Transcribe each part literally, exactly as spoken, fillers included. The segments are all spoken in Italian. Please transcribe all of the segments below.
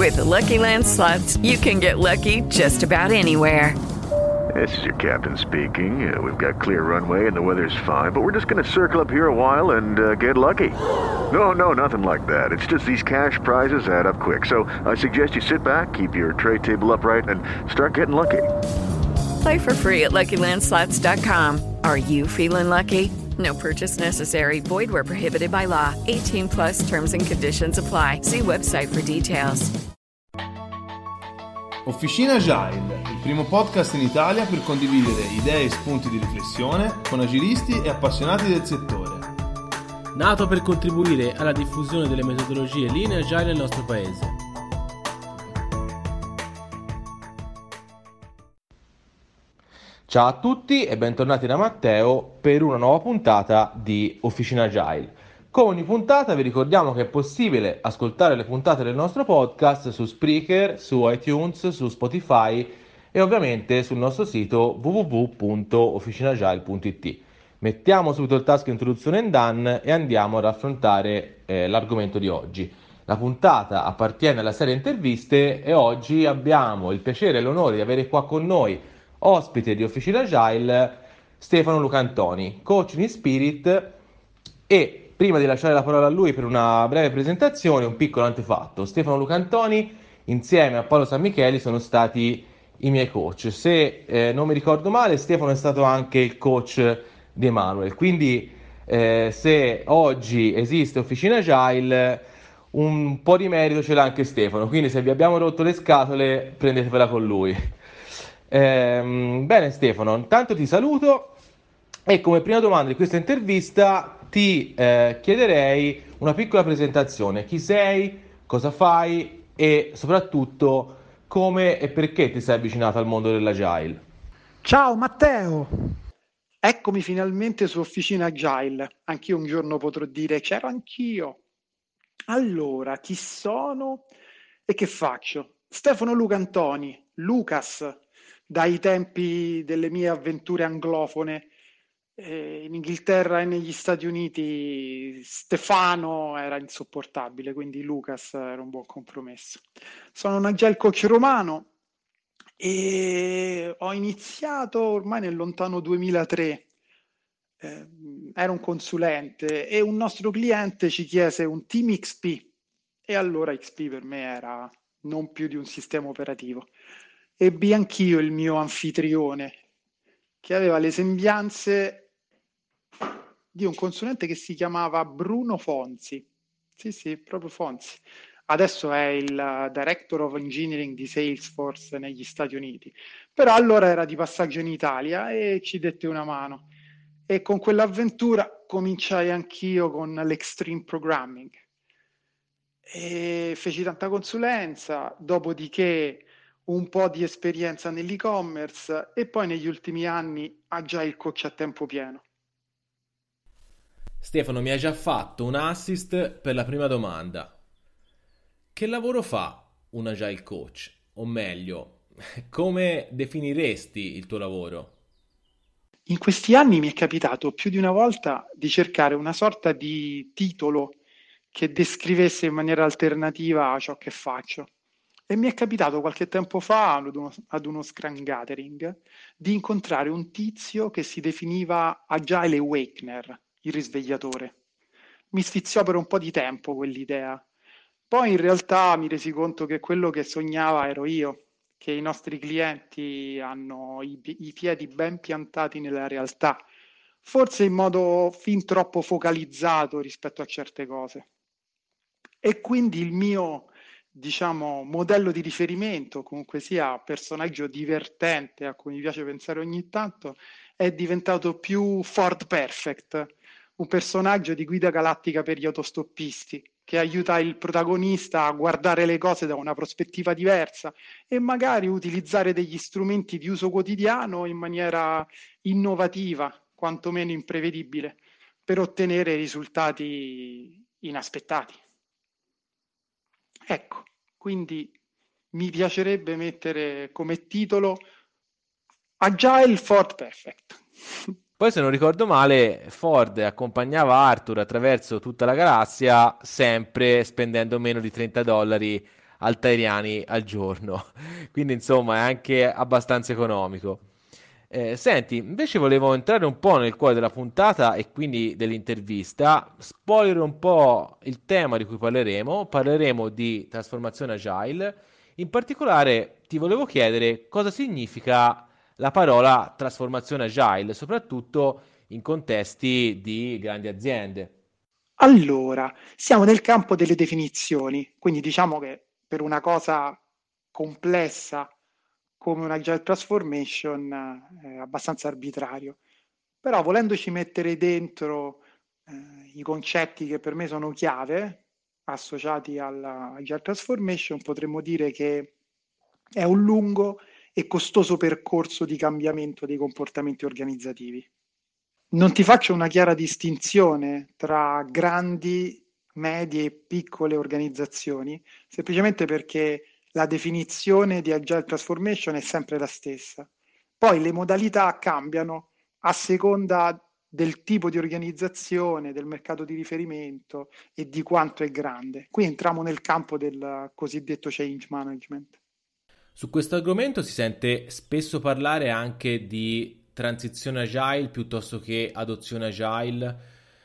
With the Lucky Land Slots, you can get lucky just about anywhere. This is your captain speaking. Uh, we've got clear runway and the weather's fine, but we're just going to circle up here a while and uh, get lucky. No, no, nothing like that. It's just these cash prizes add up quick. So I suggest you sit back, keep your tray table upright, and start getting lucky. Play for free at Lucky Land Slots dot com. Are you feeling lucky? No purchase necessary. Void where prohibited by law. eighteen plus terms and conditions apply. See website for details. Officina Agile, il primo podcast in Italia per condividere idee e spunti di riflessione con agilisti e appassionati del settore. Nato per contribuire alla diffusione delle metodologie Lean e Agile nel nostro paese. Ciao a tutti e bentornati da Matteo per una nuova puntata di Officina Agile. Come ogni puntata vi ricordiamo che è possibile ascoltare le puntate del nostro podcast su Spreaker, su iTunes, su Spotify e ovviamente sul nostro sito w w w punto officinagile punto i t. Mettiamo subito il tasto introduzione and done e andiamo ad affrontare eh, l'argomento di oggi. La puntata appartiene alla serie interviste e oggi abbiamo il piacere e l'onore di avere qua con noi ospite di Officina Agile Stefano Lucantoni, coach in Spirit. E prima di lasciare la parola a lui per una breve presentazione, un piccolo antefatto. Stefano Lucantoni insieme a Paolo San Micheli sono stati i miei coach. Se eh, non mi ricordo male, Stefano è stato anche il coach di Emanuel, quindi eh, se oggi esiste Officina Agile un po' di merito ce l'ha anche Stefano, quindi se vi abbiamo rotto le scatole prendetevela con lui. Ehm, bene Stefano, intanto ti saluto e come prima domanda di questa intervista ti eh, chiederei una piccola presentazione. Chi sei, cosa fai e soprattutto come e perché ti sei avvicinato al mondo dell'Agile. Ciao Matteo, eccomi finalmente su Officina Agile. Anch'io un giorno potrò dire c'ero anch'io. Allora, chi sono e che faccio? Stefano Lucantoni, Lucas, dai tempi delle mie avventure anglofone. Eh, in Inghilterra e negli Stati Uniti Stefano era insopportabile, quindi Lucas era un buon compromesso. Sono un agile coach romano e ho iniziato ormai nel lontano duemilatré. Eh, ero un consulente e un nostro cliente ci chiese un team X P e allora X P per me era non più di un sistema operativo. Ebbi anch'io il mio anfitrione che aveva le sembianze di un consulente che si chiamava Bruno Fonzi. Sì, sì, proprio Fonzi. Adesso è il Director of Engineering di Salesforce negli Stati Uniti. Però allora era di passaggio in Italia e ci dette una mano. E con quell'avventura cominciai anch'io con l'Extreme Programming. E feci tanta consulenza, dopodiché un po' di esperienza nell'e-commerce e poi negli ultimi anni Agile coach a tempo pieno. Stefano, mi hai già fatto un assist per la prima domanda. Che lavoro fa un Agile coach? O meglio, come definiresti il tuo lavoro? In questi anni mi è capitato più di una volta di cercare una sorta di titolo che descrivesse in maniera alternativa ciò che faccio. E mi è capitato qualche tempo fa ad uno, ad uno Scrum Gathering di incontrare un tizio che si definiva Agile Awakener, il risvegliatore. Mi sfiziò per un po' di tempo quell'idea. Poi in realtà mi resi conto che quello che sognava ero io, che i nostri clienti hanno i, i piedi ben piantati nella realtà, forse in modo fin troppo focalizzato rispetto a certe cose. E quindi il mio, diciamo, modello di riferimento, comunque sia personaggio divertente a cui mi piace pensare ogni tanto, è diventato più Ford Perfect, un personaggio di guida galattica per gli autostoppisti, che aiuta il protagonista a guardare le cose da una prospettiva diversa e magari utilizzare degli strumenti di uso quotidiano in maniera innovativa, quantomeno imprevedibile, per ottenere risultati inaspettati. Ecco, quindi mi piacerebbe mettere come titolo Agile Ford Perfect. Poi, se non ricordo male, Ford accompagnava Arthur attraverso tutta la galassia, sempre spendendo meno di trenta dollari altairiani al giorno, quindi insomma è anche abbastanza economico. Eh, senti, invece volevo entrare un po' nel cuore della puntata e quindi dell'intervista, spoiler un po' il tema di cui parleremo, parleremo di trasformazione agile, in particolare ti volevo chiedere cosa significa la parola trasformazione agile, soprattutto in contesti di grandi aziende. Allora, siamo nel campo delle definizioni, quindi diciamo che per una cosa complessa come una agile transformation eh, è abbastanza arbitrario, però volendoci mettere dentro eh, i concetti che per me sono chiave associati alla agile transformation, potremmo dire che è un lungo e costoso percorso di cambiamento dei comportamenti organizzativi. Non ti faccio una chiara distinzione tra grandi, medie e piccole organizzazioni, semplicemente perché la definizione di agile transformation è sempre la stessa. Poi le modalità cambiano a seconda del tipo di organizzazione, del mercato di riferimento e di quanto è grande. Qui entriamo nel campo del cosiddetto change management. Su questo argomento si sente spesso parlare anche di transizione agile piuttosto che adozione agile,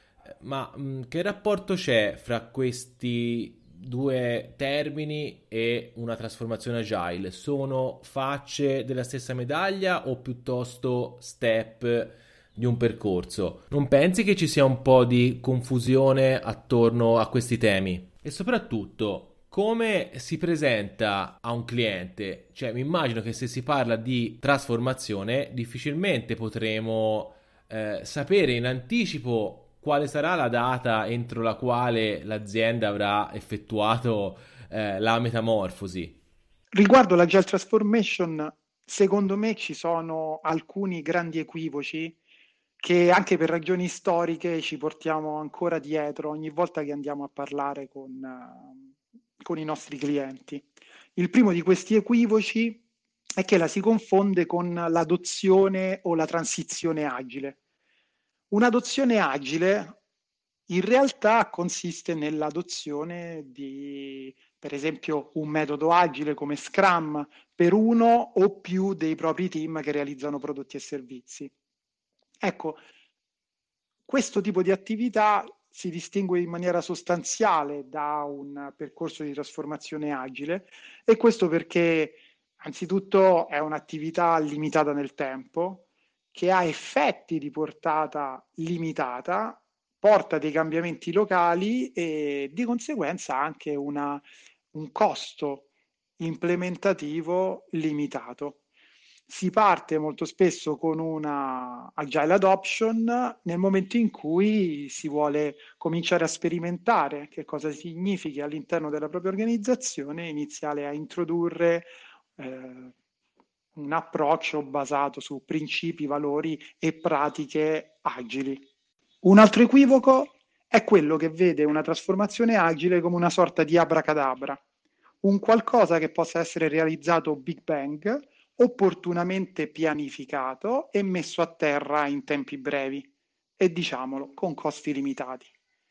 ma mh, che rapporto c'è fra questi due termini e una trasformazione agile? Sono facce della stessa medaglia o piuttosto step di un percorso? Non pensi che ci sia un po' di confusione attorno a questi temi? E soprattutto, come si presenta a un cliente? Cioè, mi immagino che se si parla di trasformazione, difficilmente potremo eh, sapere in anticipo quale sarà la data entro la quale l'azienda avrà effettuato eh, la metamorfosi. Riguardo l'agile transformation, secondo me ci sono alcuni grandi equivoci che anche per ragioni storiche ci portiamo ancora dietro ogni volta che andiamo a parlare con, uh, con i nostri clienti. Il primo di questi equivoci è che la si confonde con l'adozione o la transizione agile. Un'adozione agile in realtà consiste nell'adozione di, per esempio, un metodo agile come Scrum per uno o più dei propri team che realizzano prodotti e servizi. Ecco, questo tipo di attività si distingue in maniera sostanziale da un percorso di trasformazione agile, e questo perché anzitutto è un'attività limitata nel tempo, che ha effetti di portata limitata, porta dei cambiamenti locali e di conseguenza anche una, un costo implementativo limitato. Si parte molto spesso con una agile adoption nel momento in cui si vuole cominciare a sperimentare che cosa significhi all'interno della propria organizzazione, iniziare a introdurre eh, un approccio basato su principi, valori e pratiche agili. Un altro equivoco è quello che vede una trasformazione agile come una sorta di abracadabra, un qualcosa che possa essere realizzato Big Bang, opportunamente pianificato e messo a terra in tempi brevi e, diciamolo, con costi limitati.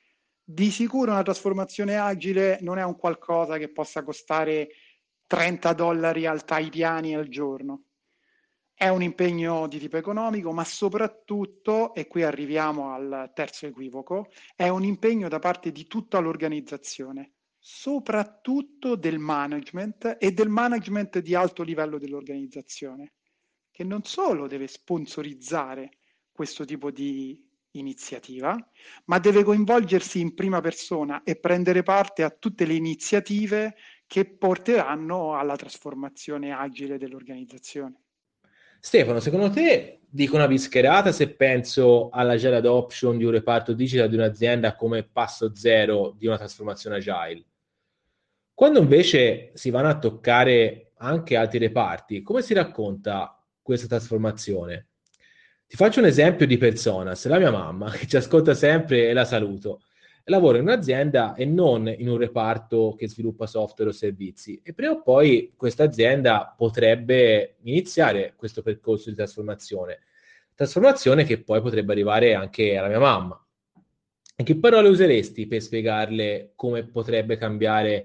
Di sicuro una trasformazione agile non è un qualcosa che possa costare trenta dollari altairiani al giorno. È un impegno di tipo economico, ma soprattutto, e qui arriviamo al terzo equivoco, è un impegno da parte di tutta l'organizzazione, soprattutto del management e del management di alto livello dell'organizzazione, che non solo deve sponsorizzare questo tipo di iniziativa, ma deve coinvolgersi in prima persona e prendere parte a tutte le iniziative che porteranno alla trasformazione agile dell'organizzazione. Stefano, secondo te dico una bischerata se penso all'agile adoption di un reparto digital di un'azienda come passo zero di una trasformazione agile? Quando invece si vanno a toccare anche altri reparti, come si racconta questa trasformazione? Ti faccio un esempio di persona. Se la mia mamma, che ci ascolta sempre e la saluto, lavora in un'azienda e non in un reparto che sviluppa software o servizi, e prima o poi questa azienda potrebbe iniziare questo percorso di trasformazione, trasformazione che poi potrebbe arrivare anche alla mia mamma. E che parole useresti per spiegarle come potrebbe cambiare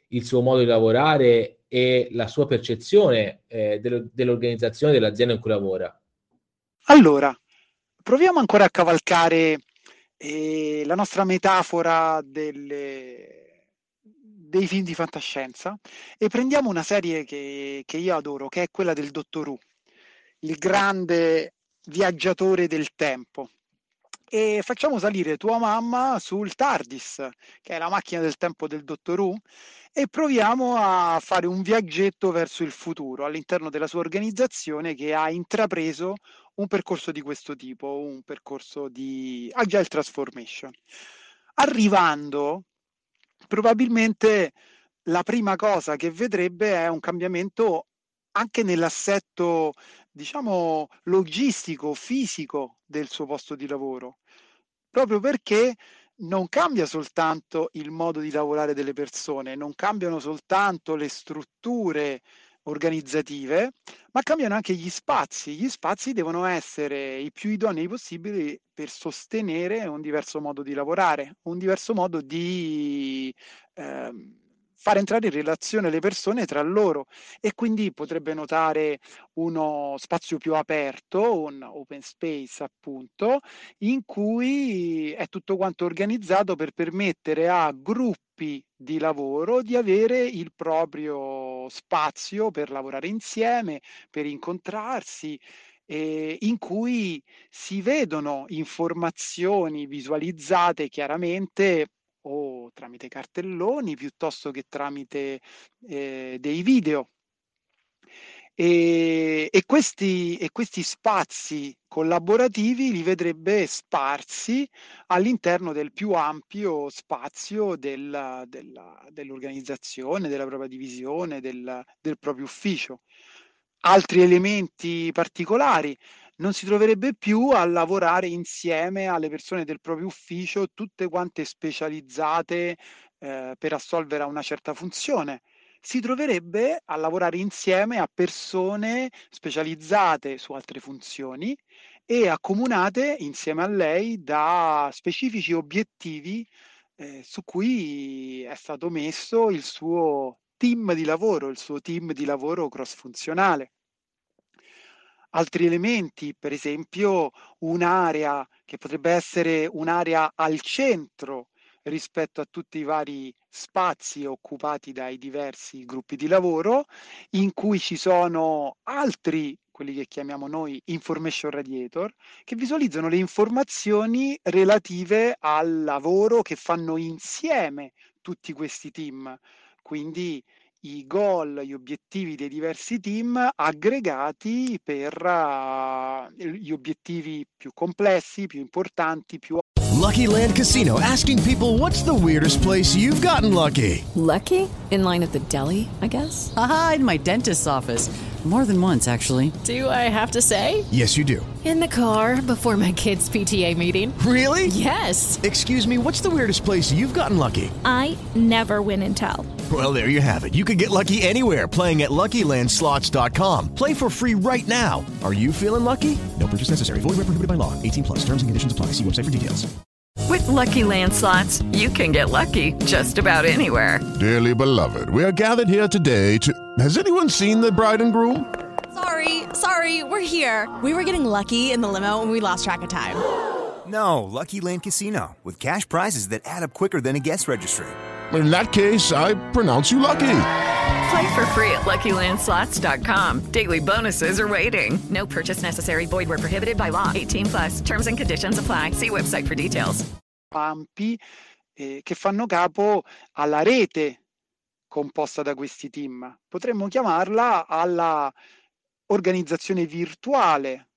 il suo modo di lavorare e la sua percezione eh, dello- dell'organizzazione dell'azienda in cui lavora. Allora, proviamo ancora a cavalcare eh, la nostra metafora delle- dei film di fantascienza e prendiamo una serie che, che io adoro, che è quella del Dottor Who, il grande viaggiatore del tempo. E facciamo salire tua mamma sul TARDIS, che è la macchina del tempo del Dottor Who, e proviamo a fare un viaggetto verso il futuro all'interno della sua organizzazione che ha intrapreso un percorso di questo tipo, un percorso di Agile Transformation. Arrivando, probabilmente la prima cosa che vedrebbe è un cambiamento anche nell'assetto, diciamo, logistico, fisico del suo posto di lavoro, proprio perché non cambia soltanto il modo di lavorare delle persone, non cambiano soltanto le strutture organizzative, ma cambiano anche gli spazi. Gli spazi devono essere i più idonei possibili per sostenere un diverso modo di lavorare, un diverso modo di ehm, far entrare in relazione le persone tra loro, e quindi potrebbe notare uno spazio più aperto, un open space appunto, in cui è tutto quanto organizzato per permettere a gruppi di lavoro di avere il proprio spazio per lavorare insieme, per incontrarsi, eh, in cui si vedono informazioni visualizzate chiaramente o tramite cartelloni piuttosto che tramite eh, dei video. E, e, questi, e questi spazi collaborativi li vedrebbe sparsi all'interno del più ampio spazio della, della, dell'organizzazione, della propria divisione, del, del proprio ufficio. Altri elementi particolari: non si troverebbe più a lavorare insieme alle persone del proprio ufficio, tutte quante specializzate eh, per assolvere a una certa funzione. Si troverebbe a lavorare insieme a persone specializzate su altre funzioni e accomunate insieme a lei da specifici obiettivi eh, su cui è stato messo il suo team di lavoro, il suo team di lavoro cross-funzionale. Altri elementi, per esempio un'area che potrebbe essere un'area al centro rispetto a tutti i vari spazi occupati dai diversi gruppi di lavoro, in cui ci sono altri, quelli che chiamiamo noi information radiator, che visualizzano le informazioni relative al lavoro che fanno insieme tutti questi team. Quindi i goal, gli obiettivi dei diversi team aggregati per uh, gli obiettivi più complessi, più importanti, più... Lucky Land Casino, asking people, what's the weirdest place you've gotten lucky? Lucky? In line at the deli, I guess? Aha, in my dentist's office. More than once, actually. Do I have to say? Yes, you do. In the car before my kids' P T A meeting. Really? Yes. Excuse me, what's the weirdest place you've gotten lucky? I never win and tell. Well, there you have it. You can get lucky anywhere, playing at Lucky Land Slots dot com. Play for free right now. Are you feeling lucky? No purchase necessary. Void where prohibited by law. eighteen plus. Terms and conditions apply. See website for details. With Lucky Land Slots, you can get lucky just about anywhere. Dearly beloved, we are gathered here today to... Has anyone seen the bride and groom? Sorry, sorry, we're here. We were getting lucky in the limo and we lost track of time. No, Lucky Land Casino, with cash prizes that add up quicker than a guest registry. In that case, I pronounce you lucky. Play for free at Lucky Land Slots dot com. Daily bonuses are waiting. No purchase necessary. Void where prohibited by law. eighteen plus. Terms and conditions apply. See website for details. Ampi eh, che fanno capo alla rete composta da questi team. Potremmo chiamarla alla organizzazione virtuale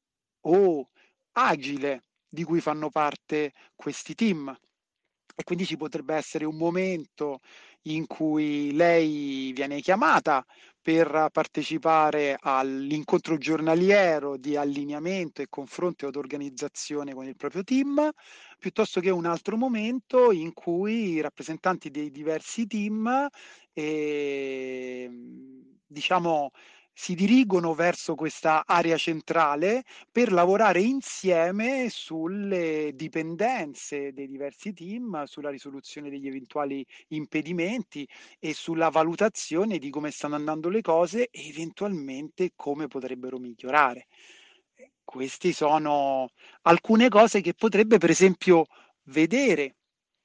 o agile di cui fanno parte questi team. E quindi ci potrebbe essere un momento in cui lei viene chiamata per partecipare all'incontro giornaliero di allineamento e confronto ed organizzazione con il proprio team, piuttosto che un altro momento in cui i rappresentanti dei diversi team eh, diciamo si dirigono verso questa area centrale per lavorare insieme sulle dipendenze dei diversi team, sulla risoluzione degli eventuali impedimenti e sulla valutazione di come stanno andando le cose e eventualmente come potrebbero migliorare. Queste sono alcune cose che potrebbe, per esempio, vedere.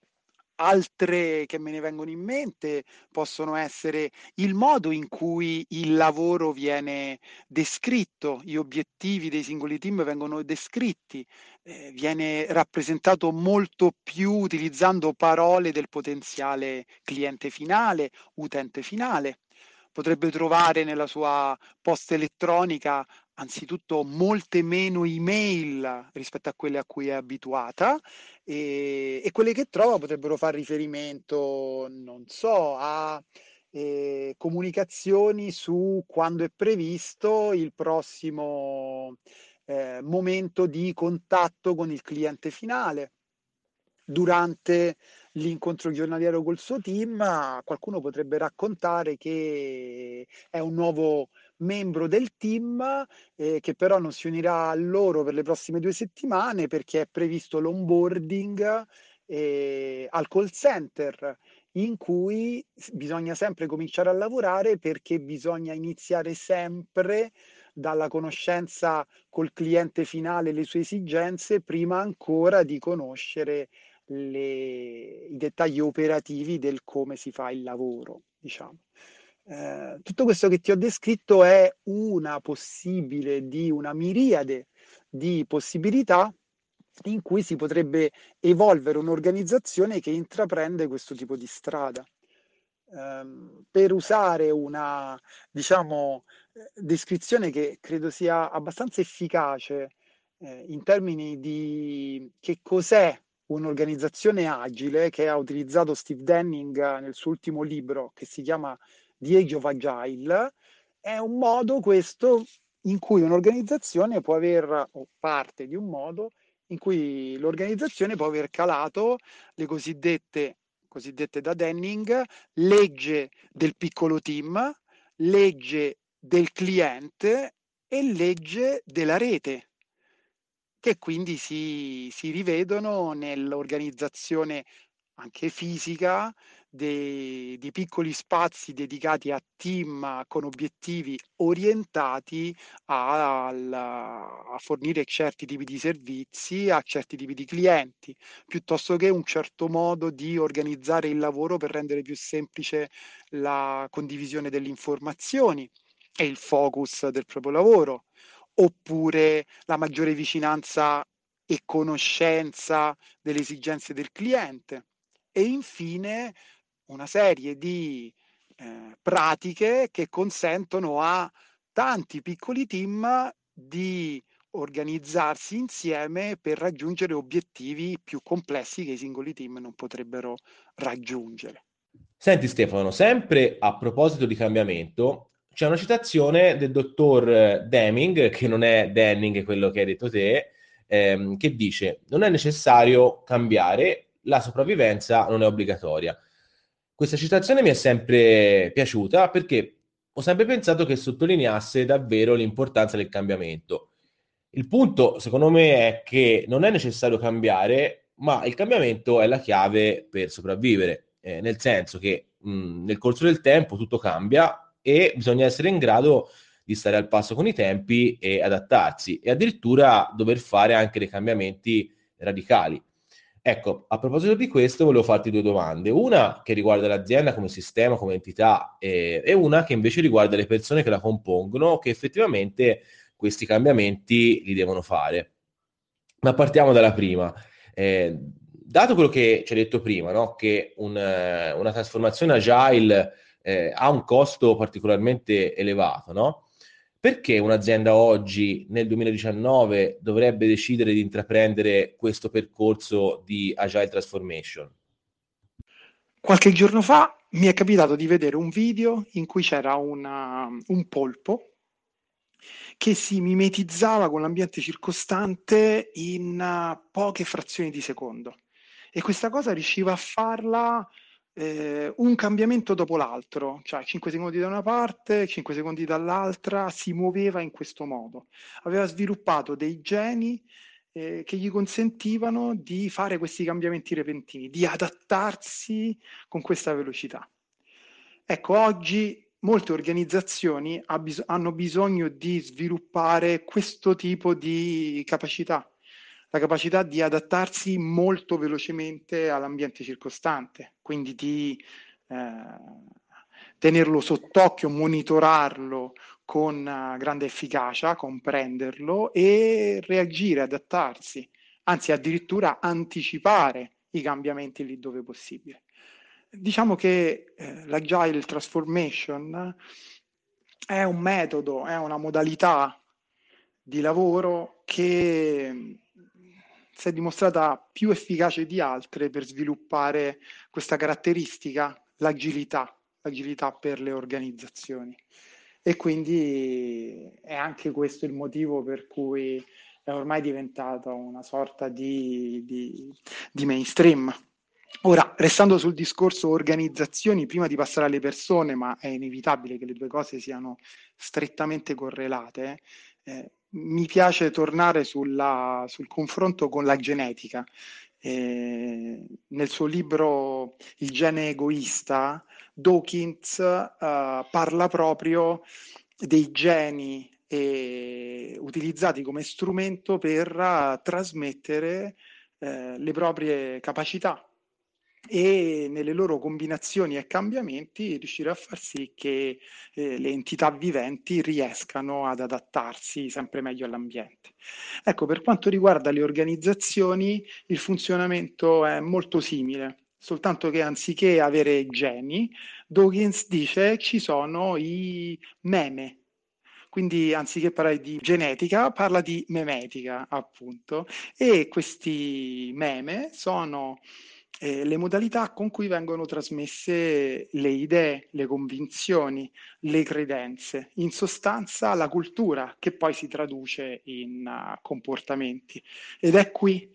Altre che me ne vengono in mente possono essere il modo in cui il lavoro viene descritto, gli obiettivi dei singoli team vengono descritti, eh, viene rappresentato molto più utilizzando parole del potenziale cliente finale, utente finale. Potrebbe trovare nella sua posta elettronica anzitutto molte meno email rispetto a quelle a cui è abituata e, e quelle che trova potrebbero fare riferimento, non so, a eh, comunicazioni su quando è previsto il prossimo eh, momento di contatto con il cliente finale. Durante l'incontro giornaliero col suo team, qualcuno potrebbe raccontare che è un nuovo membro del team eh, che però non si unirà a loro per le prossime due settimane perché è previsto l'onboarding eh, al call center in cui bisogna sempre cominciare a lavorare perché bisogna iniziare sempre dalla conoscenza col cliente finale, le sue esigenze, prima ancora di conoscere le, i dettagli operativi del come si fa il lavoro, diciamo. Eh, tutto questo che ti ho descritto è una possibile di una miriade di possibilità in cui si potrebbe evolvere un'organizzazione che intraprende questo tipo di strada. Um, per usare una, diciamo, descrizione che credo sia abbastanza efficace eh, in termini di che cos'è un'organizzazione agile, che ha utilizzato Steve Denning nel suo ultimo libro che si chiama The Age of Agile, è un modo questo in cui un'organizzazione può aver, o parte di un modo, in cui l'organizzazione può aver calato le cosiddette, cosiddette da Denning, legge del piccolo team, legge del cliente e legge della rete, che quindi si, si rivedono nell'organizzazione anche fisica dei, di piccoli spazi dedicati a team con obiettivi orientati a, a fornire certi tipi di servizi a certi tipi di clienti, piuttosto che un certo modo di organizzare il lavoro per rendere più semplice la condivisione delle informazioni e il focus del proprio lavoro, oppure la maggiore vicinanza e conoscenza delle esigenze del cliente. E infine una serie di eh, pratiche che consentono a tanti piccoli team di organizzarsi insieme per raggiungere obiettivi più complessi che i singoli team non potrebbero raggiungere. Senti Stefano, sempre a proposito di cambiamento, c'è una citazione del dottor Deming, che non è Denning, quello che hai detto te, ehm, che dice: non è necessario cambiare, la sopravvivenza non è obbligatoria. Questa citazione mi è sempre piaciuta perché ho sempre pensato che sottolineasse davvero l'importanza del cambiamento. Il punto, secondo me, è che non è necessario cambiare, ma il cambiamento è la chiave per sopravvivere, eh, nel senso che mh, nel corso del tempo tutto cambia e bisogna essere in grado di stare al passo con i tempi e adattarsi, e addirittura dover fare anche dei cambiamenti radicali. Ecco, a proposito di questo volevo farti due domande, una che riguarda l'azienda come sistema, come entità, e, e una che invece riguarda le persone che la compongono, che effettivamente questi cambiamenti li devono fare. Ma partiamo dalla prima. Eh, dato quello che ci hai detto prima, no? Che un, una trasformazione agile eh, ha un costo particolarmente elevato, no? Perché un'azienda oggi, nel duemiladiciannove, dovrebbe decidere di intraprendere questo percorso di Agile Transformation? Qualche giorno fa mi è capitato di vedere un video in cui c'era una, un polpo che si mimetizzava con l'ambiente circostante in uh, poche frazioni di secondo. E questa cosa riusciva a farla eh, un cambiamento dopo l'altro, cioè cinque secondi da una parte, cinque secondi dall'altra, si muoveva in questo modo. Aveva sviluppato dei geni eh, che gli consentivano di fare questi cambiamenti repentini, di adattarsi con questa velocità. Ecco, oggi molte organizzazioni ha bis- hanno bisogno di sviluppare questo tipo di capacità, la capacità di adattarsi molto velocemente all'ambiente circostante, quindi di eh, tenerlo sott'occhio, monitorarlo con eh, grande efficacia, comprenderlo e reagire, adattarsi, anzi addirittura anticipare i cambiamenti lì dove possibile. Diciamo che eh, l'Agile Transformation è un metodo, è una modalità di lavoro che si è dimostrata più efficace di altre per sviluppare questa caratteristica, l'agilità, l'agilità per le organizzazioni. E quindi è anche questo il motivo per cui è ormai diventata una sorta di, di, di mainstream. Ora, restando sul discorso organizzazioni, prima di passare alle persone, ma è inevitabile che le due cose siano strettamente correlate, eh, mi piace tornare sulla, sul confronto con la genetica. Eh, nel suo libro Il gene egoista, Dawkins eh, parla proprio dei geni eh, utilizzati come strumento per uh, trasmettere eh, le proprie capacità e nelle loro combinazioni e cambiamenti riuscire a far sì che eh, le entità viventi riescano ad adattarsi sempre meglio all'ambiente. Ecco, per quanto riguarda le organizzazioni, il funzionamento è molto simile, soltanto che anziché avere geni, Dawkins dice ci sono i meme. Quindi anziché parlare di genetica, parla di memetica, appunto, e questi meme sono eh, le modalità con cui vengono trasmesse le idee, le convinzioni, le credenze, in sostanza la cultura che poi si traduce in uh, comportamenti. Ed è qui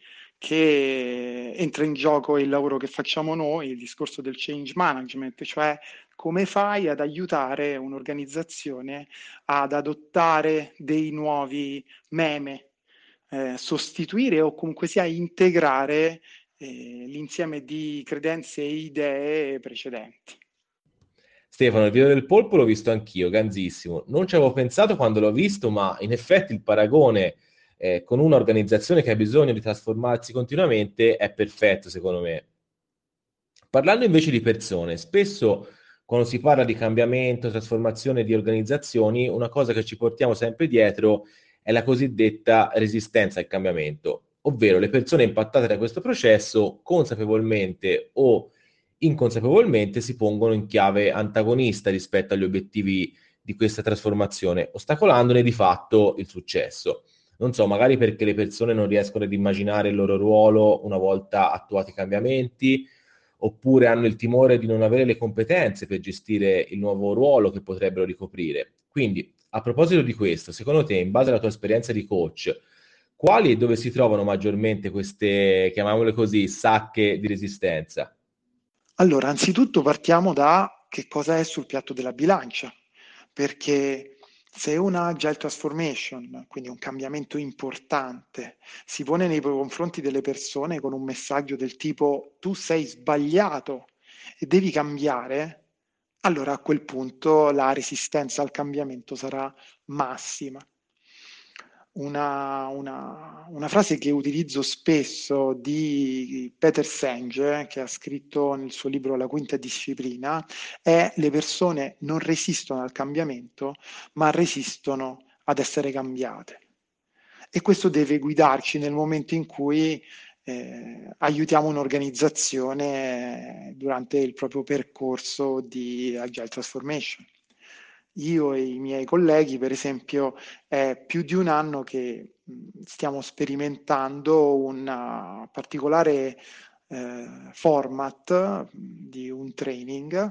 che entra in gioco il lavoro che facciamo noi, il discorso del change management, cioè come fai ad aiutare un'organizzazione ad adottare dei nuovi meme, eh, sostituire o comunque sia integrare eh, l'insieme di credenze e idee precedenti. Stefano, il video del polpo l'ho visto anch'io, ganzissimo. Non ci avevo pensato quando l'ho visto, ma in effetti il paragone eh, con un'organizzazione che ha bisogno di trasformarsi continuamente è perfetto, secondo me. Parlando invece di persone, spesso quando si parla di cambiamento, trasformazione di organizzazioni, una cosa che ci portiamo sempre dietro è la cosiddetta resistenza al cambiamento, ovvero le persone impattate da questo processo consapevolmente o inconsapevolmente si pongono in chiave antagonista rispetto agli obiettivi di questa trasformazione, ostacolandone di fatto il successo. Non so, magari perché le persone non riescono ad immaginare il loro ruolo una volta attuati i cambiamenti, oppure hanno il timore di non avere le competenze per gestire il nuovo ruolo che potrebbero ricoprire. Quindi, a proposito di questo, secondo te, in base alla tua esperienza di coach, quali e dove si trovano maggiormente queste, chiamiamole così, sacche di resistenza? Allora, anzitutto partiamo da che cosa è sul piatto della bilancia, perché se una agile transformation, quindi un cambiamento importante, si pone nei confronti delle persone con un messaggio del tipo tu sei sbagliato e devi cambiare, allora a quel punto la resistenza al cambiamento sarà massima. Una, una, una frase che utilizzo spesso di Peter Senge, che ha scritto nel suo libro La quinta disciplina, è: le persone non resistono al cambiamento, ma resistono ad essere cambiate. E questo deve guidarci nel momento in cui eh, aiutiamo un'organizzazione durante il proprio percorso di Agile Transformation. Io e i miei colleghi, per esempio, è più di un anno che stiamo sperimentando un particolare eh, format di un training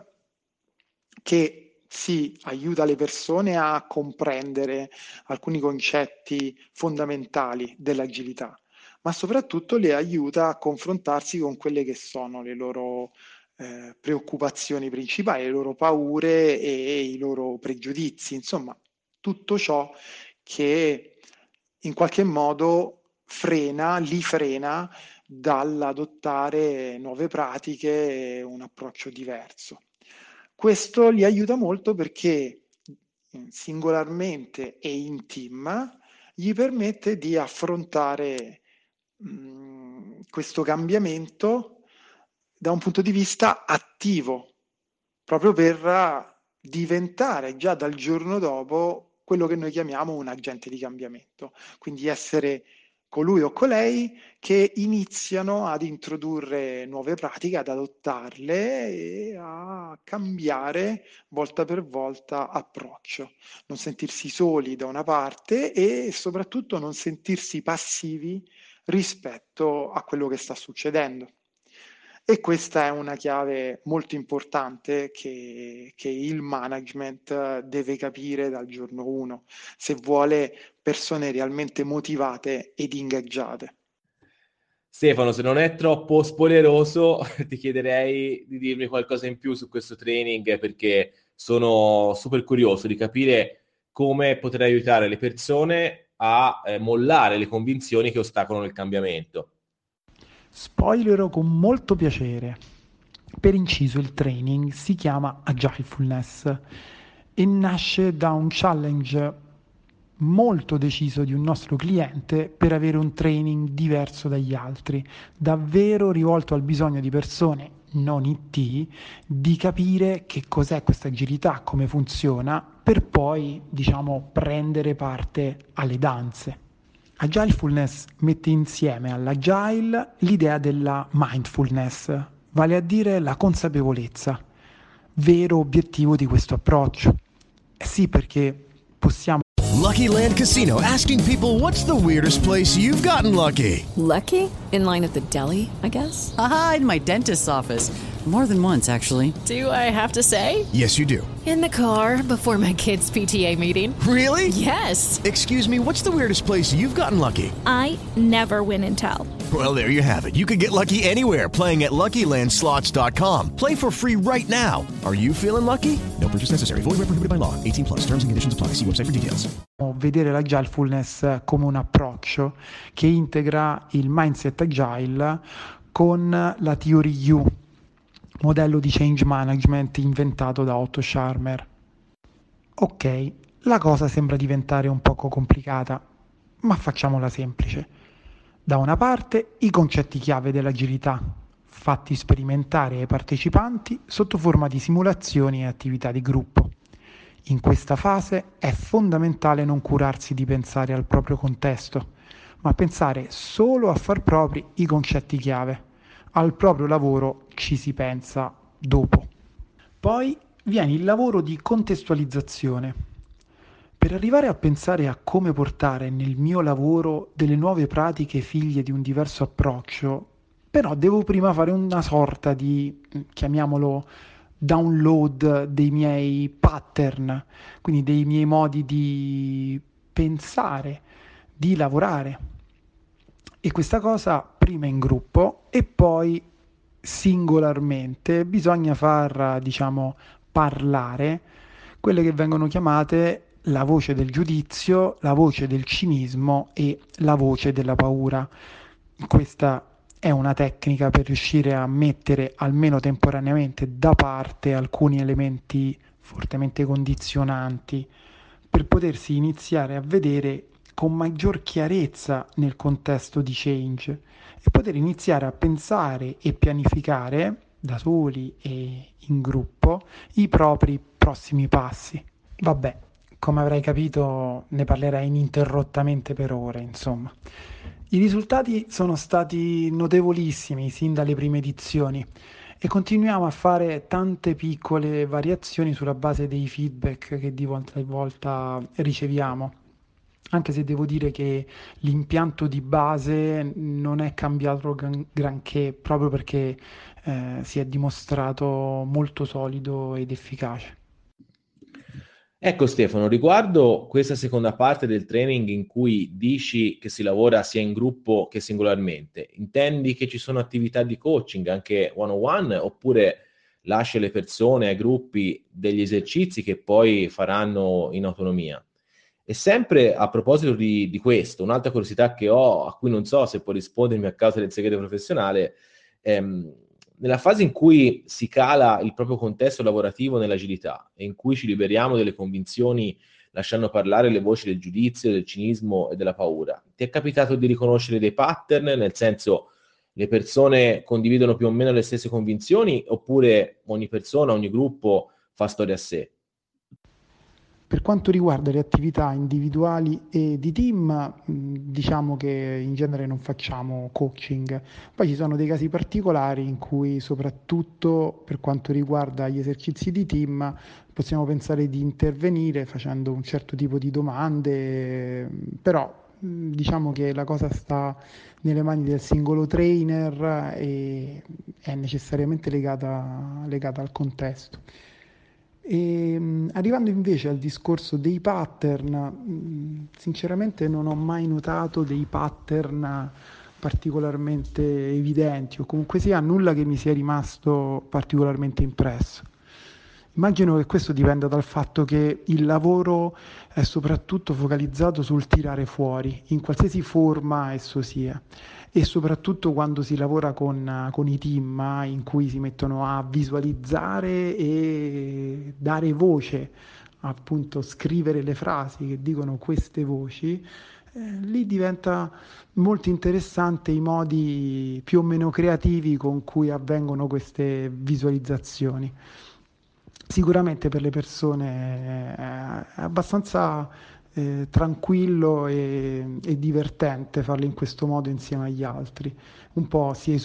che si aiuta le persone a comprendere alcuni concetti fondamentali dell'agilità, ma soprattutto le aiuta a confrontarsi con quelle che sono le loro eh, preoccupazioni principali, le loro paure e i loro pregiudizi, insomma tutto ciò che in qualche modo frena, li frena dall'adottare nuove pratiche e un approccio diverso. Questo li aiuta molto perché singolarmente e in team gli permette di affrontare mh, questo cambiamento da un punto di vista attivo, proprio per diventare già dal giorno dopo quello che noi chiamiamo un agente di cambiamento, quindi essere colui o colei che iniziano ad introdurre nuove pratiche, ad adottarle e a cambiare volta per volta approccio. Non sentirsi soli da una parte e soprattutto non sentirsi passivi rispetto a quello che sta succedendo. E questa è una chiave molto importante che, che il management deve capire dal giorno uno, se vuole persone realmente motivate ed ingaggiate. Stefano, se non è troppo spoileroso, ti chiederei di dirmi qualcosa in più su questo training, perché sono super curioso di capire come poter aiutare le persone a eh, mollare le convinzioni che ostacolano il cambiamento. Spoilerò con molto piacere. Per inciso, il training si chiama Agilefulness e nasce da un challenge molto deciso di un nostro cliente per avere un training diverso dagli altri, davvero rivolto al bisogno di persone non I T di capire che cos'è questa agilità, come funziona, per poi, diciamo, prendere parte alle danze. Agilefulness mette insieme all'agile l'idea della mindfulness, vale a dire la consapevolezza, vero obiettivo di questo approccio. Eh sì, perché possiamo. Lucky Land Casino, asking people, what's the weirdest place you've gotten lucky? Lucky? In line at the deli, I guess? Aha, in my dentist's office. More than once, actually. Do I have to say? Yes, you do. In the car before my kids' P T A meeting. Really? Yes. Excuse me, what's the weirdest place you've gotten lucky? I never win and tell. Well, there you have it. You can get lucky anywhere, playing at Lucky Land Slots dot com. Play for free right now. Are you feeling lucky? No purchase necessary. Void where prohibited by law. eighteen plus. Terms and conditions apply. See website for details. Vedere l'agilefulness come un approccio che integra il mindset agile con la Theory U, modello di change management inventato da Otto Scharmer. Ok, la cosa sembra diventare un poco complicata, ma facciamola semplice. Da una parte i concetti chiave dell'agilità, fatti sperimentare ai partecipanti sotto forma di simulazioni e attività di gruppo. In questa fase è fondamentale non curarsi di pensare al proprio contesto, ma pensare solo a far propri i concetti chiave. Al proprio lavoro ci si pensa dopo. Poi viene il lavoro di contestualizzazione. Per arrivare a pensare a come portare nel mio lavoro delle nuove pratiche figlie di un diverso approccio, però devo prima fare una sorta di, chiamiamolo, download dei miei pattern, quindi dei miei modi di pensare, di lavorare. E questa cosa prima in gruppo e poi singolarmente bisogna far, diciamo, parlare quelle che vengono chiamate la voce del giudizio, la voce del cinismo e la voce della paura. Questa è una tecnica per riuscire a mettere almeno temporaneamente da parte alcuni elementi fortemente condizionanti per potersi iniziare a vedere con maggior chiarezza nel contesto di change e poter iniziare a pensare e pianificare da soli e in gruppo i propri prossimi passi. Vabbè, come avrai capito ne parlerei ininterrottamente per ore, insomma. I risultati sono stati notevolissimi sin dalle prime edizioni e continuiamo a fare tante piccole variazioni sulla base dei feedback che di volta in volta riceviamo. Anche se devo dire che l'impianto di base non è cambiato gran- granché proprio perché eh, si è dimostrato molto solido ed efficace. Ecco Stefano, riguardo questa seconda parte del training in cui dici che si lavora sia in gruppo che singolarmente, intendi che ci sono attività di coaching anche one on one oppure lasci alle persone, ai gruppi degli esercizi che poi faranno in autonomia? E sempre a proposito di, di questo, un'altra curiosità che ho, a cui non so se può rispondermi a causa del segreto professionale, ehm, nella fase in cui si cala il proprio contesto lavorativo nell'agilità e in cui ci liberiamo delle convinzioni lasciando parlare le voci del giudizio, del cinismo e della paura, ti è capitato di riconoscere dei pattern, nel senso le persone condividono più o meno le stesse convinzioni oppure ogni persona, ogni gruppo fa storia a sé? Per quanto riguarda le attività individuali e di team, diciamo che in genere non facciamo coaching. Poi ci sono dei casi particolari in cui, soprattutto per quanto riguarda gli esercizi di team, possiamo pensare di intervenire facendo un certo tipo di domande, però diciamo che la cosa sta nelle mani del singolo trainer e è necessariamente legata, legata al contesto. E, arrivando invece al discorso dei pattern, sinceramente non ho mai notato dei pattern particolarmente evidenti o comunque sia nulla che mi sia rimasto particolarmente impresso. Immagino che questo dipenda dal fatto che il lavoro è soprattutto focalizzato sul tirare fuori, in qualsiasi forma esso sia, e soprattutto quando si lavora con, con i team in cui si mettono a visualizzare e dare voce, appunto scrivere le frasi che dicono queste voci, eh, lì diventa molto interessante i modi più o meno creativi con cui avvengono queste visualizzazioni. Sicuramente per le persone è abbastanza eh, tranquillo e, e divertente farlo in questo modo insieme agli altri. Un po' si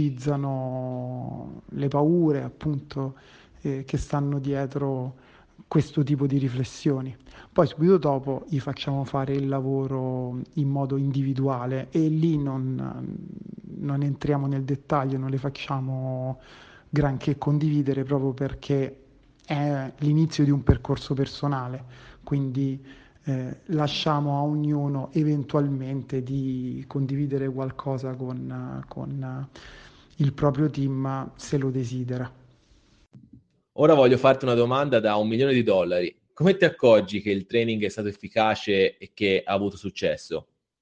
esorcizzano le paure, appunto, eh, che stanno dietro questo tipo di riflessioni. Poi subito dopo gli facciamo fare il lavoro in modo individuale e lì non, non entriamo nel dettaglio, non le facciamo granché condividere proprio perché è l'inizio di un percorso personale, quindi eh, lasciamo a ognuno eventualmente di condividere qualcosa con, con il proprio team se lo desidera. Ora voglio farti una domanda da un milione di dollari. Come ti accorgi che il training è stato efficace e che ha avuto successo?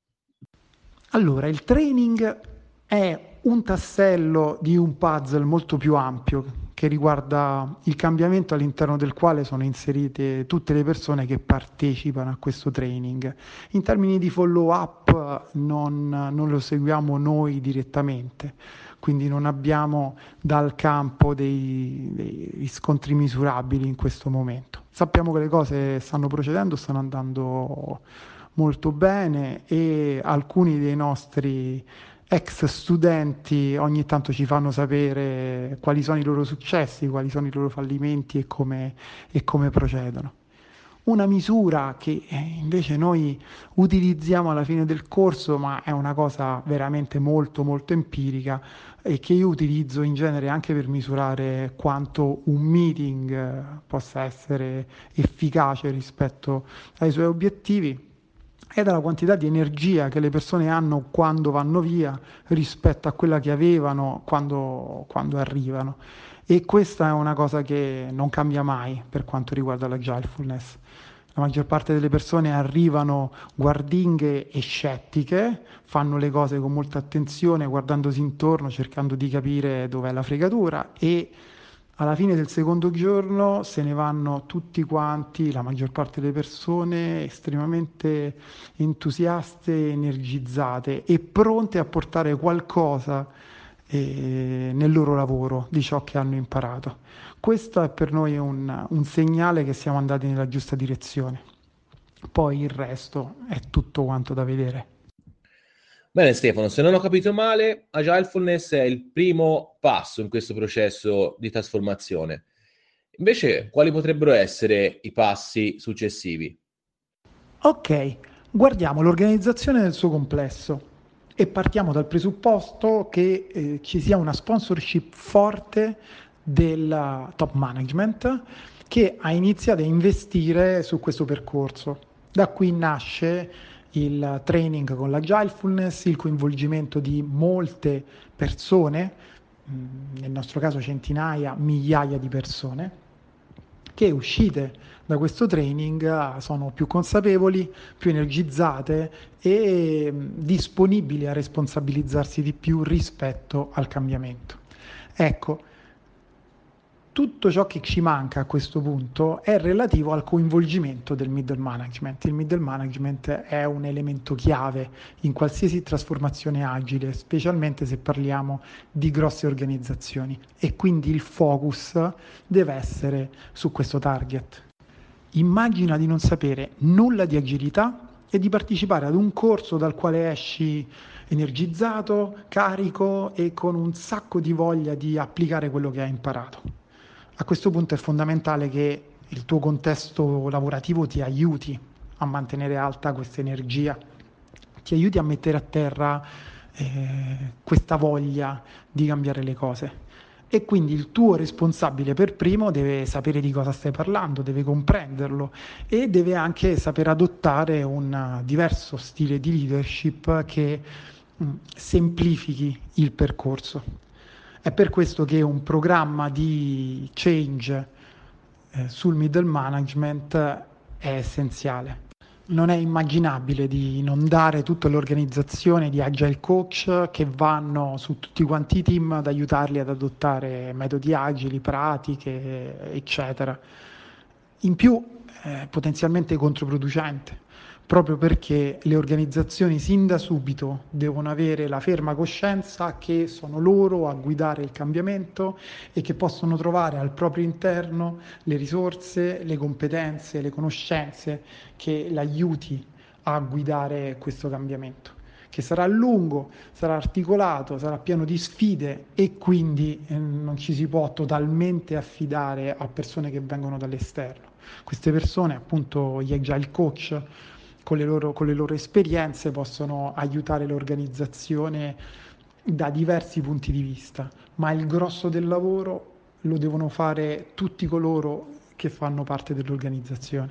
Allora, il training è un tassello di un puzzle molto più ampio che riguarda il cambiamento all'interno del quale sono inserite tutte le persone che partecipano a questo training. In termini di follow up non, non lo seguiamo noi direttamente, quindi non abbiamo dal campo dei, dei riscontri misurabili in questo momento. Sappiamo che le cose stanno procedendo, stanno andando molto bene e alcuni dei nostri ex studenti ogni tanto ci fanno sapere quali sono i loro successi, quali sono i loro fallimenti e come, e come procedono. Una misura che invece noi utilizziamo alla fine del corso, ma è una cosa veramente molto molto empirica e che io utilizzo in genere anche per misurare quanto un meeting possa essere efficace rispetto ai suoi obiettivi, è dalla quantità di energia che le persone hanno quando vanno via rispetto a quella che avevano quando, quando arrivano. E questa è una cosa che non cambia mai per quanto riguarda la Agilefulness. La maggior parte delle persone arrivano guardinghe e scettiche, fanno le cose con molta attenzione, guardandosi intorno, cercando di capire dov'è la fregatura e alla fine del secondo giorno se ne vanno tutti quanti, la maggior parte delle persone, estremamente entusiaste, energizzate e pronte a portare qualcosa eh, nel loro lavoro di ciò che hanno imparato. Questo è per noi un, un segnale che siamo andati nella giusta direzione. Poi il resto è tutto quanto da vedere. Bene Stefano, se non ho capito male, Agilefulness è il primo passo in questo processo di trasformazione. Invece, quali potrebbero essere i passi successivi? Ok, guardiamo l'organizzazione nel suo complesso e partiamo dal presupposto che eh, ci sia una sponsorship forte del top management che ha iniziato a investire su questo percorso. Da qui nasce il training con l'Agilefulness, il coinvolgimento di molte persone, nel nostro caso centinaia, migliaia di persone, che uscite da questo training sono più consapevoli, più energizzate e disponibili a responsabilizzarsi di più rispetto al cambiamento. Ecco, tutto ciò che ci manca a questo punto è relativo al coinvolgimento del middle management. Il middle management è un elemento chiave in qualsiasi trasformazione agile, specialmente se parliamo di grosse organizzazioni, e quindi il focus deve essere su questo target. Immagina di non sapere nulla di agilità e di partecipare ad un corso dal quale esci energizzato, carico e con un sacco di voglia di applicare quello che hai imparato. A questo punto è fondamentale che il tuo contesto lavorativo ti aiuti a mantenere alta questa energia, ti aiuti a mettere a terra eh, questa voglia di cambiare le cose. E quindi il tuo responsabile per primo deve sapere di cosa stai parlando, deve comprenderlo e deve anche saper adottare un diverso stile di leadership che mh, semplifichi il percorso. È per questo che un programma di change eh, sul middle management è essenziale. Non è immaginabile di non dare tutta l'organizzazione di agile coach che vanno su tutti quanti i team ad aiutarli ad adottare metodi agili, pratiche, eccetera. In più è potenzialmente controproducente, proprio perché le organizzazioni sin da subito devono avere la ferma coscienza che sono loro a guidare il cambiamento e che possono trovare al proprio interno le risorse, le competenze, le conoscenze che l'aiuti a guidare questo cambiamento, che sarà lungo, sarà articolato, sarà pieno di sfide e quindi eh, non ci si può totalmente affidare a persone che vengono dall'esterno. Queste persone, appunto gli agile coach, con le loro, con le loro esperienze possono aiutare l'organizzazione da diversi punti di vista, ma il grosso del lavoro lo devono fare tutti coloro che fanno parte dell'organizzazione.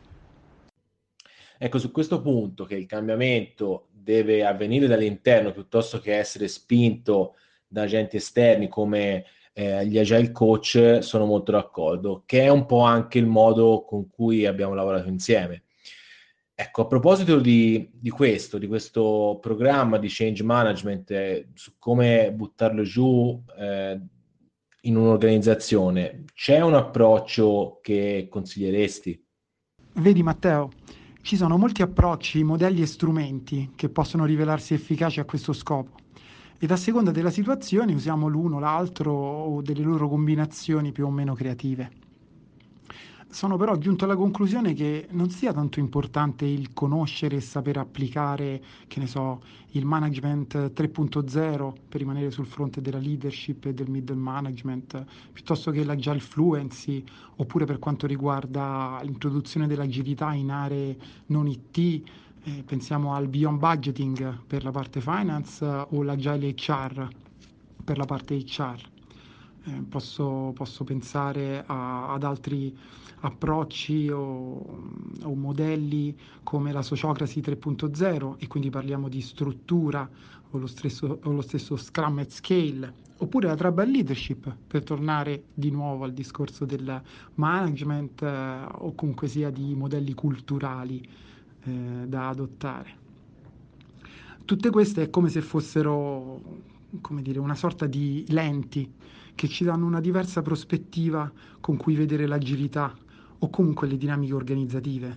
Ecco, su questo punto che il cambiamento deve avvenire dall'interno piuttosto che essere spinto da agenti esterni come eh, gli agile coach, sono molto d'accordo, che è un po' anche il modo con cui abbiamo lavorato insieme. Ecco, a proposito di, di questo, di questo programma di change management, eh, su come buttarlo giù eh, in un'organizzazione, c'è un approccio che consiglieresti? Vedi Matteo, ci sono molti approcci, modelli e strumenti che possono rivelarsi efficaci a questo scopo ed a seconda della situazione usiamo l'uno, l'altro o delle loro combinazioni più o meno creative. Sono però giunto alla conclusione che non sia tanto importante il conoscere e saper applicare, che ne so, il management tre punto zero per rimanere sul fronte della leadership e del middle management, piuttosto che l'agile fluency, oppure per quanto riguarda l'introduzione dell'agilità in aree non I T, eh, pensiamo al beyond budgeting per la parte finance o l'agile H R per la parte H R. Eh, posso, posso pensare a, ad altri approcci o, o modelli come la Sociocracy tre punto zero, e quindi parliamo di struttura o lo stesso, o lo stesso Scrum at Scale, oppure la Tribal Leadership per tornare di nuovo al discorso del management eh, o comunque sia di modelli culturali eh, da adottare. Tutte queste è come se fossero, come dire, una sorta di lenti che ci danno una diversa prospettiva con cui vedere l'agilità o comunque le dinamiche organizzative.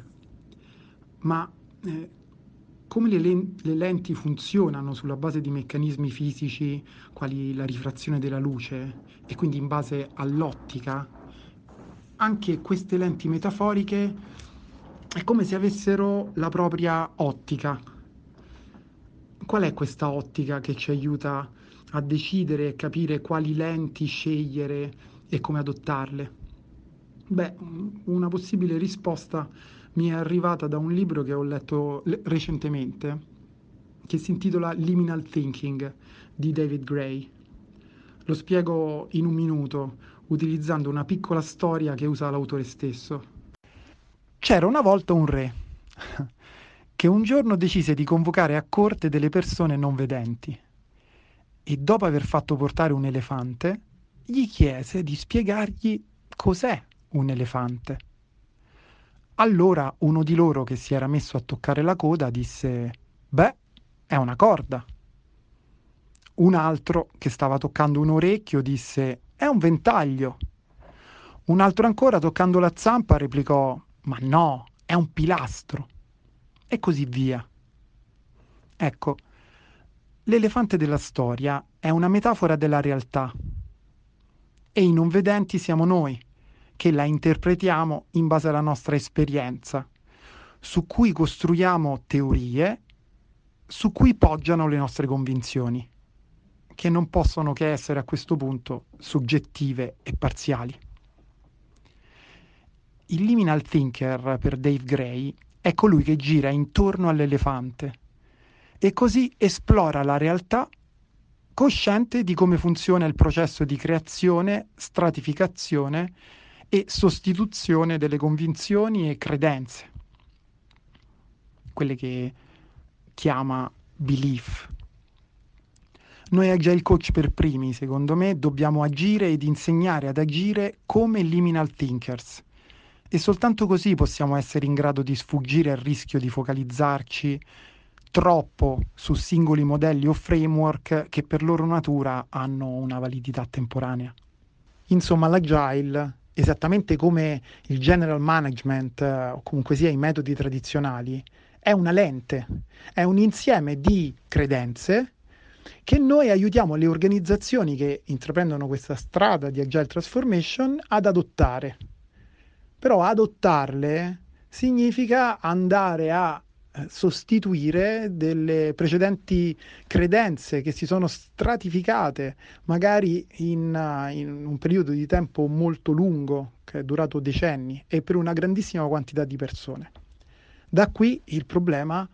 Ma eh, come le, len- le lenti funzionano sulla base di meccanismi fisici quali la rifrazione della luce e quindi in base all'ottica, anche queste lenti metaforiche è come se avessero la propria ottica. Qual è questa ottica che ci aiuta a decidere e capire quali lenti scegliere e come adottarle? Beh, una possibile risposta mi è arrivata da un libro che ho letto recentemente, che si intitola Liminal Thinking di David Gray. Lo spiego in un minuto. utilizzando una piccola storia che usa l'autore stesso. C'era una volta un re che un giorno decise di convocare a corte delle persone non vedenti e dopo aver fatto portare un elefante gli chiese di spiegargli cos'è un elefante. Allora uno di loro, che si era messo a toccare la coda, disse: beh, è una corda. Un altro, che stava toccando un orecchio, disse: è un ventaglio. Un altro ancora, toccando la zampa, replicò: ma no, è un pilastro. E così via. Ecco, l'elefante della storia è una metafora della realtà e i non vedenti siamo noi, che la interpretiamo in base alla nostra esperienza, su cui costruiamo teorie, su cui poggiano le nostre convinzioni, che non possono che essere a questo punto soggettive e parziali. Il liminal thinker, per Dave Gray, è colui che gira intorno all'elefante e così esplora la realtà cosciente di come funziona il processo di creazione, stratificazione e sostituzione delle convinzioni e credenze, quelle che chiama belief. Noi Agile Coach per primi, secondo me, dobbiamo agire ed insegnare ad agire come liminal thinkers e soltanto così possiamo essere in grado di sfuggire al rischio di focalizzarci troppo su singoli modelli o framework che per loro natura hanno una validità temporanea. Insomma, l'Agile, esattamente come il general management o comunque sia i metodi tradizionali, è una lente, è un insieme di credenze che noi aiutiamo le organizzazioni che intraprendono questa strada di Agile Transformation ad adottare. Però adottarle significa andare a sostituire delle precedenti credenze che si sono stratificate, magari in, in un periodo di tempo molto lungo, che è durato decenni, e per una grandissima quantità di persone. Da qui il problema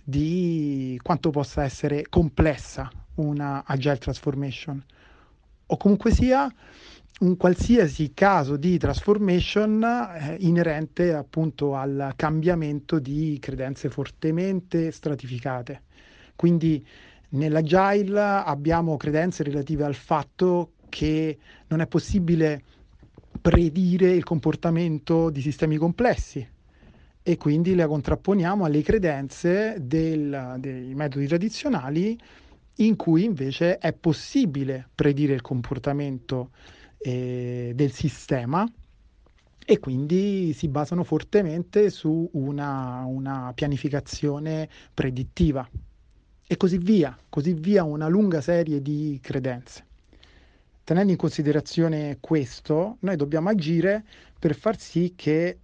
di quanto possa essere complessa una Agile Transformation, o comunque sia un qualsiasi caso di transformation eh, inerente appunto al cambiamento di credenze fortemente stratificate. Quindi nell'Agile abbiamo credenze relative al fatto che non è possibile predire il comportamento di sistemi complessi e quindi le contrapponiamo alle credenze del, dei metodi tradizionali in cui invece è possibile predire il comportamento eh, del sistema e quindi si basano fortemente su una, una pianificazione predittiva e così via, così via una lunga serie di credenze. Tenendo in considerazione questo, noi dobbiamo agire per far sì che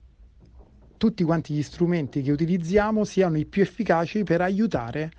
tutti quanti gli strumenti che utilizziamo siano i più efficaci per aiutare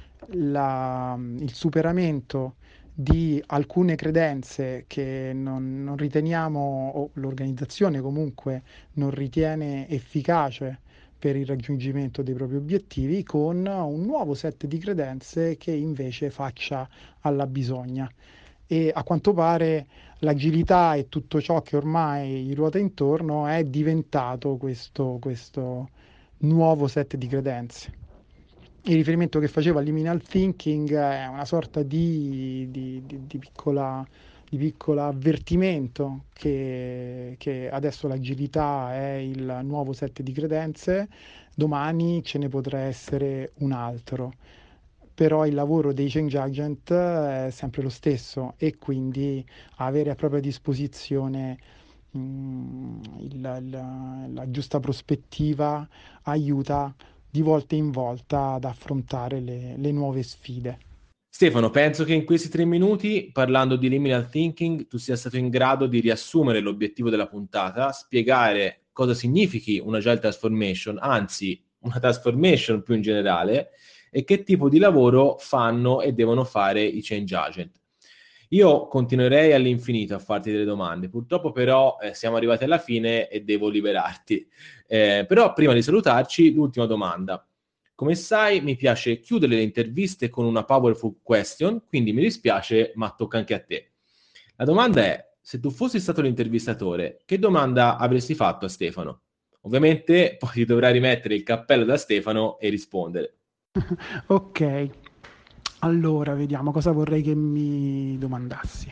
la, il superamento di alcune credenze che non, non riteniamo, o l'organizzazione comunque non ritiene efficace per il raggiungimento dei propri obiettivi, con un nuovo set di credenze che invece faccia alla bisogna. E a quanto pare l'agilità e tutto ciò che ormai gli ruota intorno è diventato questo, questo nuovo set di credenze. Il riferimento che facevo al liminal thinking è una sorta di, di, di, di piccola di piccolo avvertimento che, che adesso l'agilità è il nuovo set di credenze, domani ce ne potrà essere un altro. Però il lavoro dei change agent è sempre lo stesso e quindi avere a propria disposizione mh, il, la, la giusta prospettiva aiuta di volta in volta ad affrontare le, le nuove sfide. Stefano, penso che in questi tre minuti, parlando di liminal thinking, tu sia stato in grado di riassumere l'obiettivo della puntata, spiegare cosa significhi una agile transformation, anzi una transformation più in generale, e che tipo di lavoro fanno e devono fare i change agent. Io continuerei all'infinito a farti delle domande, purtroppo però eh, siamo arrivati alla fine e devo liberarti. Eh, però prima di salutarci, l'ultima domanda. Come sai, mi piace chiudere le interviste con una powerful question, quindi mi dispiace, ma tocca anche a te. La domanda è, se tu fossi stato l'intervistatore, che domanda avresti fatto a Stefano? Ovviamente poi ti dovrai rimettere il cappello da Stefano e rispondere. Ok, allora vediamo cosa vorrei che mi domandassi.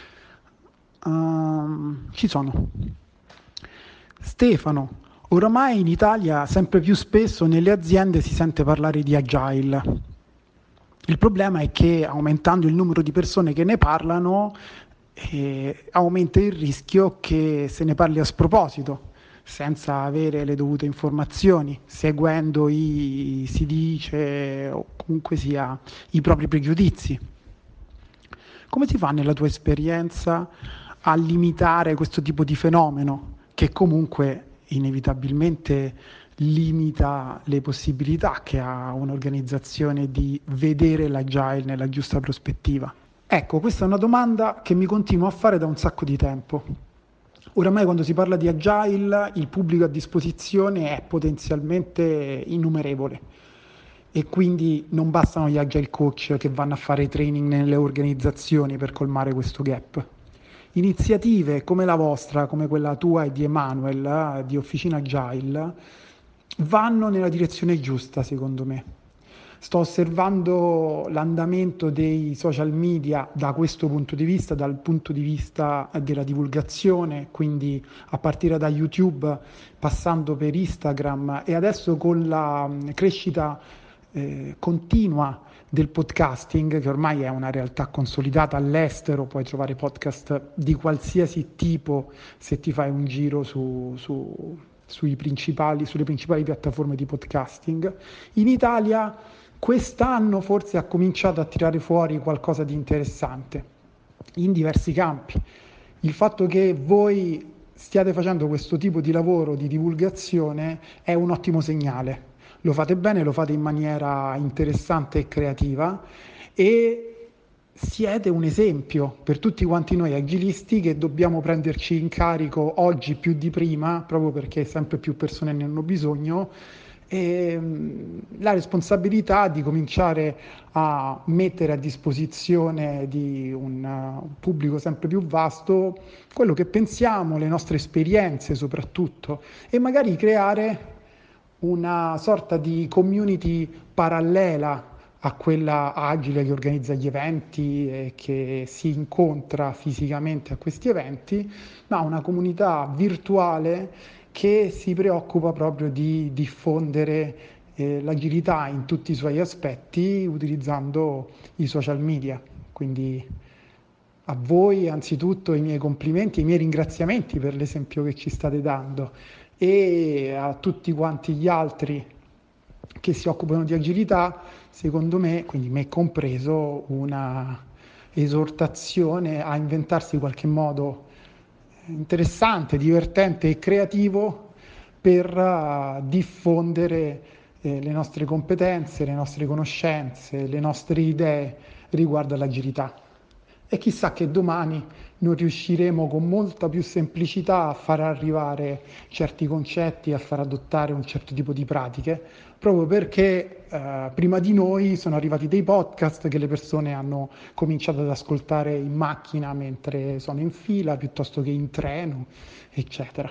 Um, ci sono. Stefano, oramai in Italia sempre più spesso nelle aziende si sente parlare di agile. Il problema è che aumentando il numero di persone che ne parlano, eh, aumenta il rischio che se ne parli a sproposito, senza avere le dovute informazioni, seguendo i si dice o comunque sia i propri pregiudizi. Come si fa nella tua esperienza a limitare questo tipo di fenomeno che comunque inevitabilmente limita le possibilità che ha un'organizzazione di vedere l'agile nella giusta prospettiva? Ecco, questa è una domanda che mi continuo a fare da un sacco di tempo. Oramai quando si parla di agile il pubblico a disposizione è potenzialmente innumerevole e quindi non bastano gli agile coach che vanno a fare training nelle organizzazioni per colmare questo gap. Iniziative come la vostra, come quella tua e di Emanuel, di Officina Agile, vanno nella direzione giusta secondo me. Sto osservando l'andamento dei social media da questo punto di vista, dal punto di vista della divulgazione, quindi a partire da YouTube, passando per Instagram e adesso con la crescita eh, continua del podcasting, che ormai è una realtà consolidata all'estero, puoi trovare podcast di qualsiasi tipo se ti fai un giro su, su, sui principali, sulle principali piattaforme di podcasting. In Italia quest'anno forse ha cominciato a tirare fuori qualcosa di interessante in diversi campi. Il fatto che voi stiate facendo questo tipo di lavoro di divulgazione è un ottimo segnale. Lo fate bene, lo fate in maniera interessante e creativa e siete un esempio per tutti quanti noi agilisti che dobbiamo prenderci in carico oggi più di prima, proprio perché sempre più persone ne hanno bisogno, e la responsabilità di cominciare a mettere a disposizione di un pubblico sempre più vasto quello che pensiamo, le nostre esperienze soprattutto, e magari creare una sorta di community parallela a quella agile che organizza gli eventi e che si incontra fisicamente a questi eventi, ma una comunità virtuale che si preoccupa proprio di diffondere eh, l'agilità in tutti i suoi aspetti utilizzando i social media. Quindi a voi anzitutto i miei complimenti, i miei ringraziamenti per l'esempio che ci state dando e a tutti quanti gli altri che si occupano di agilità, secondo me, quindi me compreso, una esortazione a inventarsi qualche modo interessante, divertente e creativo per uh, diffondere eh, le nostre competenze, le nostre conoscenze, le nostre idee riguardo all'agilità. E chissà che domani non riusciremo con molta più semplicità a far arrivare certi concetti, a far adottare un certo tipo di pratiche, proprio perché eh, prima di noi sono arrivati dei podcast che le persone hanno cominciato ad ascoltare in macchina mentre sono in fila, piuttosto che in treno, eccetera.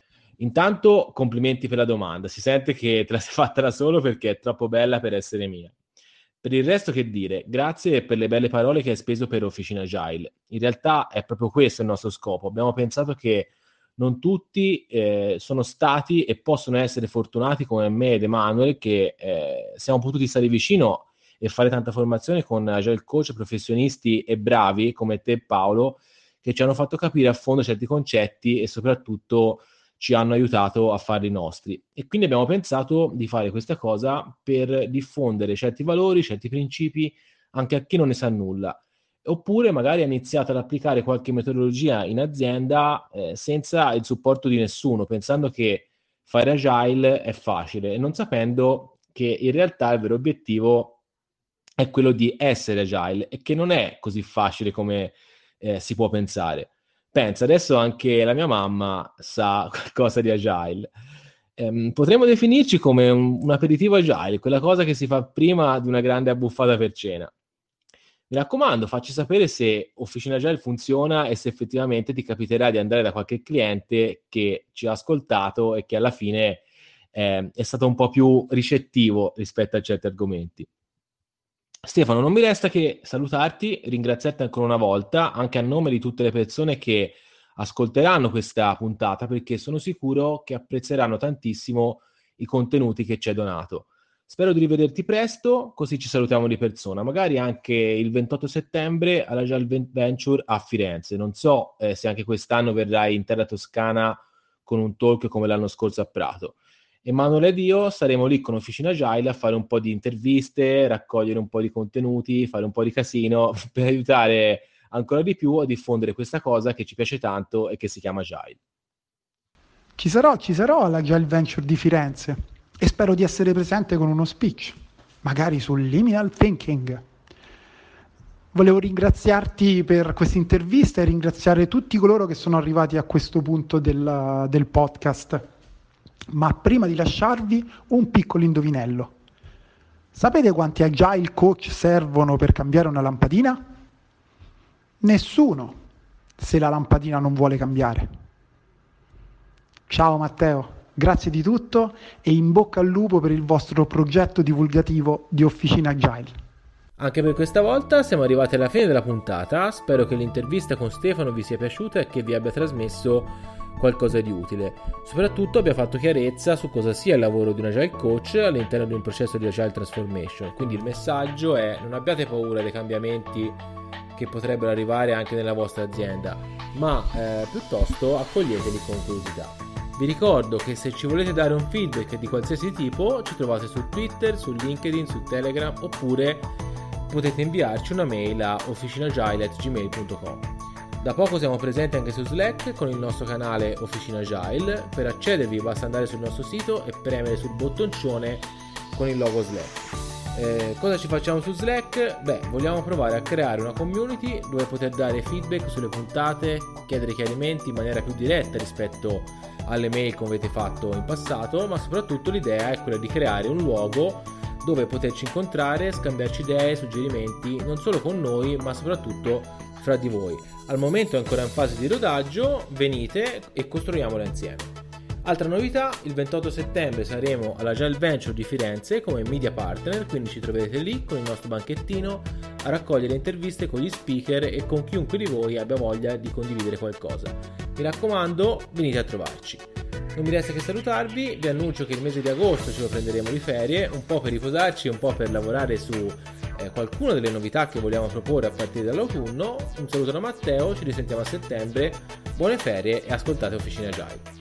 Intanto complimenti per la domanda, si sente che te la sei fatta da solo perché è troppo bella per essere mia. Per il resto che dire, grazie per le belle parole che hai speso per Officina Agile. In realtà è proprio questo il nostro scopo. Abbiamo pensato che non tutti eh, sono stati e possono essere fortunati come me ed Emanuele, che eh, siamo potuti stare vicino e fare tanta formazione con Agile coach professionisti e bravi come te, Paolo, che ci hanno fatto capire a fondo certi concetti e soprattutto ci hanno aiutato a farli nostri. E quindi abbiamo pensato di fare questa cosa per diffondere certi valori, certi principi anche a chi non ne sa nulla. Oppure magari ha iniziato ad applicare qualche metodologia in azienda eh, senza il supporto di nessuno, pensando che fare agile è facile e non sapendo che in realtà il vero obiettivo è quello di essere agile e che non è così facile come eh, si può pensare. Pensa, adesso anche la mia mamma sa qualcosa di agile. Ehm, potremmo definirci come un, un aperitivo agile, quella cosa che si fa prima di una grande abbuffata per cena. Mi raccomando, facci sapere se Officina Agile funziona e se effettivamente ti capiterà di andare da qualche cliente che ci ha ascoltato e che alla fine eh, è stato un po' più ricettivo rispetto a certi argomenti. Stefano, non mi resta che salutarti, ringraziarti ancora una volta, anche a nome di tutte le persone che ascolteranno questa puntata, perché sono sicuro che apprezzeranno tantissimo i contenuti che ci hai donato. Spero di rivederti presto, così ci salutiamo di persona, magari anche il ventotto settembre all'Agile Venture a Firenze. Non so eh, se anche quest'anno verrai in terra toscana con un talk come l'anno scorso a Prato. Emanuele ed io saremo lì con Officina Agile a fare un po' di interviste, raccogliere un po' di contenuti, fare un po' di casino per aiutare ancora di più a diffondere questa cosa che ci piace tanto e che si chiama Agile. Ci sarò, ci sarò all'Agile Venture di Firenze. E spero di essere presente con uno speech, magari sul liminal thinking. Volevo ringraziarti per questa intervista e ringraziare tutti coloro che sono arrivati a questo punto del, del podcast. Ma prima di lasciarvi, un piccolo indovinello. Sapete quanti agile coach servono per cambiare una lampadina? Nessuno, se la lampadina non vuole cambiare. Ciao Matteo. Grazie di tutto e in bocca al lupo per il vostro progetto divulgativo di Officina Agile. Anche per questa volta siamo arrivati alla fine della puntata, spero che l'intervista con Stefano vi sia piaciuta e che vi abbia trasmesso qualcosa di utile. Soprattutto abbia fatto chiarezza su cosa sia il lavoro di un Agile Coach all'interno di un processo di Agile Transformation. Quindi il messaggio è: non abbiate paura dei cambiamenti che potrebbero arrivare anche nella vostra azienda, ma eh, piuttosto accoglieteli con curiosità. Vi ricordo che se ci volete dare un feedback di qualsiasi tipo ci trovate su Twitter, su LinkedIn, su Telegram oppure potete inviarci una mail a officinagile at gmail punto com. Da poco siamo presenti anche su Slack con il nostro canale Officina Agile. Per accedervi basta andare sul nostro sito e premere sul bottoncione con il logo Slack. Eh, cosa ci facciamo su Slack? Beh, vogliamo provare a creare una community dove poter dare feedback sulle puntate, chiedere chiarimenti in maniera più diretta rispetto alle mail come avete fatto in passato, ma soprattutto l'idea è quella di creare un luogo dove poterci incontrare, scambiarci idee, suggerimenti, non solo con noi, ma soprattutto fra di voi. Al momento è ancora in fase di rodaggio, venite e costruiamola insieme. Altra novità, il ventotto settembre saremo all'Agile Venture di Firenze come media partner, quindi ci troverete lì con il nostro banchettino a raccogliere interviste con gli speaker e con chiunque di voi abbia voglia di condividere qualcosa. Mi raccomando, venite a trovarci. Non mi resta che salutarvi, vi annuncio che il mese di agosto ce lo prenderemo di ferie, un po' per riposarci, un po' per lavorare su eh, qualcuna delle novità che vogliamo proporre a partire dall'autunno. Un saluto da Matteo, ci risentiamo a settembre, buone ferie e ascoltate Officina Agile.